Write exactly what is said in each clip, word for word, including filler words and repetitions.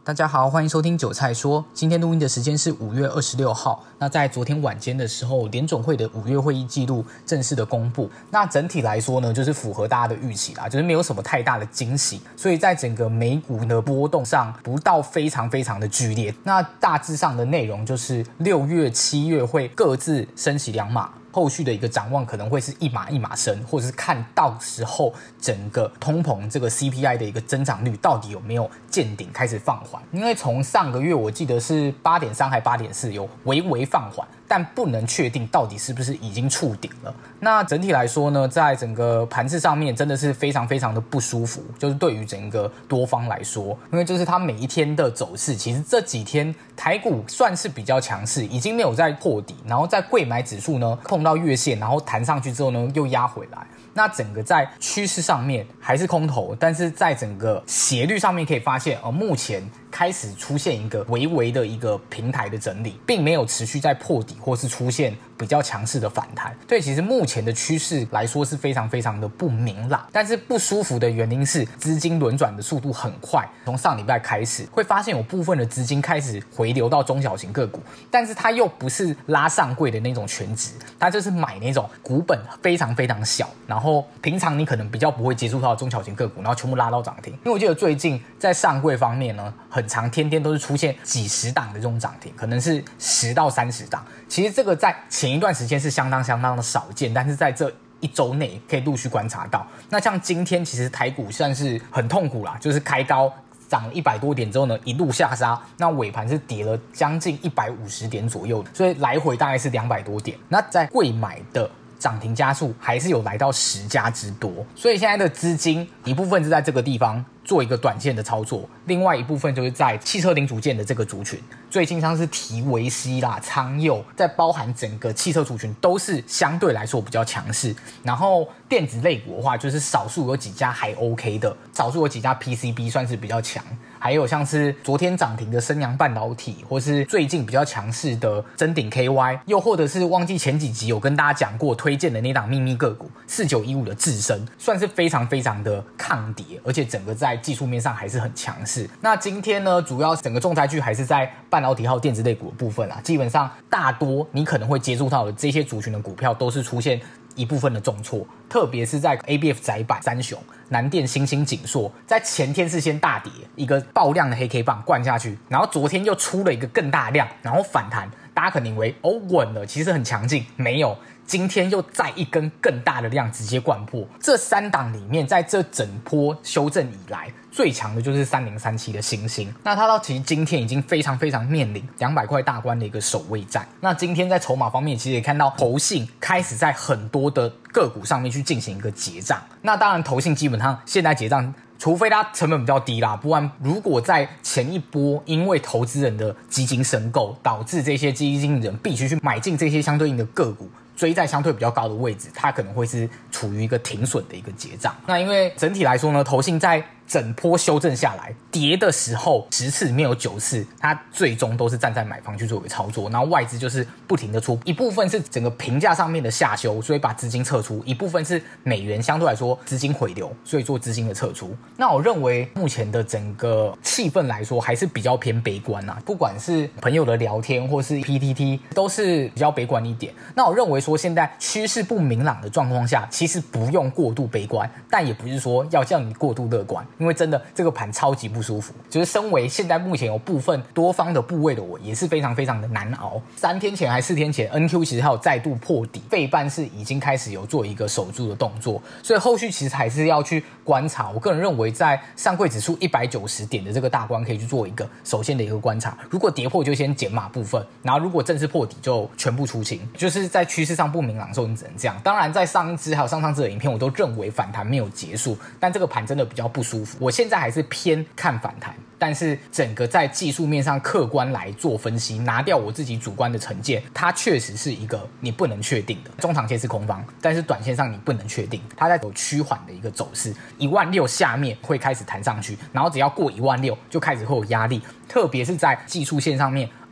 大家好，欢迎收听韭菜说。今天录音的时间是五月二十六号。那在昨天晚间的时候，联总会的五月会议记录正式的公布。那整体来说呢，就是符合大家的预期啦，就是没有什么太大的惊喜。所以在整个美股的波动上，不到非常非常的剧烈。那大致上的内容就是六月、七月会各自升息两码。后续的一个展望可能会是一码一码升，或者是看到时候整个通膨这个 C P I 的一个增长率到底有没有见顶开始放缓。因为从上个月我记得是 八点三 还 八点四 有微微放缓，但不能确定到底是不是已经触顶了。那整体来说呢，在整个盘势上面真的是非常非常的不舒服，就是对于整个多方来说，因为就是它每一天的走势，其实这几天台股算是比较强势，已经没有在破底，然后在柜买指数呢碰到月线，然后弹上去之后呢又压回来。那整个在趋势上面还是空头，但是在整个斜率上面可以发现，呃，目前开始出现一个微微的一个平台的整理，并没有持续在破底或是出现比较强势的反弹。所以其实目前的趋势来说是非常非常的不明朗，但是不舒服的原因是资金轮转的速度很快。从上礼拜开始会发现有部分的资金开始回流到中小型个股，但是它又不是拉上柜的那种全值，它就是买那种股本非常非常小，然后平常你可能比较不会接触到的中小型个股，然后全部拉到涨停。因为我记得最近在上柜方面呢，很常天天都是出现几十档的这种涨停，可能是十到三十档。其实这个在前一段时间是相当相当的少见，但是在这一周内可以陆续观察到。那像今天其实台股算是很痛苦啦，就是开高涨了一百多点之后呢，一路下杀，那尾盘是跌了将近一百五十点左右，所以来回大概是两百多点。那在柜买的涨停家数还是有来到十家之多，所以现在的资金一部分是在这个地方做一个短线的操作，另外一部分就是在汽车零组件的这个族群，最近像是提维西啦、昌佑，在包含整个汽车族群都是相对来说比较强势。然后电子类股的话，就是少数有几家还 OK 的，少数有几家 P C B 算是比较强，还有像是昨天涨停的升阳半导体，或是最近比较强势的臻鼎 K Y， 又或者是忘记前几集有跟大家讲过推荐的那档秘密个股四九一五的智伸，算是非常非常的抗跌，而且整个在技术面上还是很强势。那今天呢，主要整个重灾区还是在半导体还有电子类股的部分啦。基本上大多你可能会接触到的这些族群的股票都是出现一部分的重挫，特别是在 A B F 载板、三雄、南电、新兴、景硕，在前天是先大跌，一个爆量的黑 K 棒灌下去，然后昨天又出了一个更大的量，然后反弹，大家可能以为哦稳了，其实很强劲，没有。今天又再一根更大的量直接灌破。这三档里面，在这整波修正以来最强的就是三零三七的新兴，那它到其实今天已经非常非常面临两百块大关的一个守卫战。那今天在筹码方面其实也看到投信开始在很多的个股上面去进行一个结账。那当然投信基本上现在结账，除非它成本比较低啦，不然如果在前一波因为投资人的基金申购导致这些基金人必须去买进这些相对应的个股，追在相对比较高的位置，它可能会是处于一个停损的一个结账。那因为整体来说呢，投信在整波修正下来跌的时候，十次里面有九次它最终都是站在买方去做一个操作，然后外资就是不停的出，一部分是整个评价上面的下修，所以把资金撤出，一部分是美元相对来说资金回流，所以做资金的撤出。那我认为目前的整个气氛来说还是比较偏悲观啊，不管是朋友的聊天或是 P T T 都是比较悲观一点。那我认为说现在趋势不明朗的状况下，其实不用过度悲观，但也不是说要叫你过度乐观，因为真的这个盘超级不舒服。就是身为现在目前有部分多方的部位的我，也是非常非常的难熬。三天前还四天前 N Q 其实还有再度破底，费半是已经开始有做一个守住的动作，所以后续其实还是要去观察。我个人认为在上柜指数一百九十点的这个大关可以去做一个首先的一个观察，如果跌破就先减码部分，然后如果正式破底就全部出清，就是在趋势上不明朗的时候你只能这样。当然在上一支还有上上支的影片我都认为反弹没有结束，但这个盘真的比较不舒服，我现在还是偏看反弹，但是整个在技术面上客观来做分析，拿掉我自己主观的成见，它确实是一个你不能确定的。中长线是空方，但是短线上你不能确定，它在走趋缓的一个走势，一万六下面会开始弹上去，然后只要过一万六就开始会有压力，特别是在技术线上面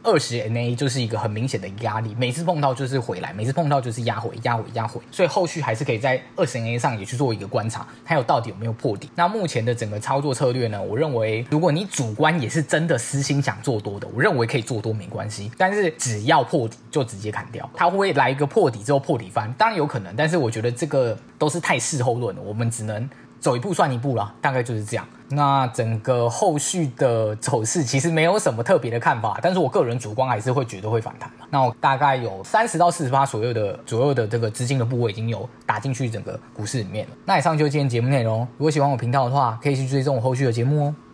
二十 N A 就是一个很明显的压力，每次碰到就是回来，每次碰到就是压回压回压回，所以后续还是可以在二十 N A 上也去做一个观察，还有到底有没有破底。那目前的整个操作策略呢，我认为如果你主观也是真的私心想做多的，我认为可以做多没关系，但是只要破底就直接砍掉。它会不会来一个破底之后破底翻？当然有可能，但是我觉得这个都是太事后论了，我们只能走一步算一步啦，大概就是这样。那整个后续的走势其实没有什么特别的看法，但是我个人主观还是会觉得会反弹。那我大概有百分之三十到百分之四十左右的左右的这个资金的部位已经有打进去整个股市里面了。那以上就是今天节目内容，如果喜欢我频道的话，可以去追踪我后续的节目哦。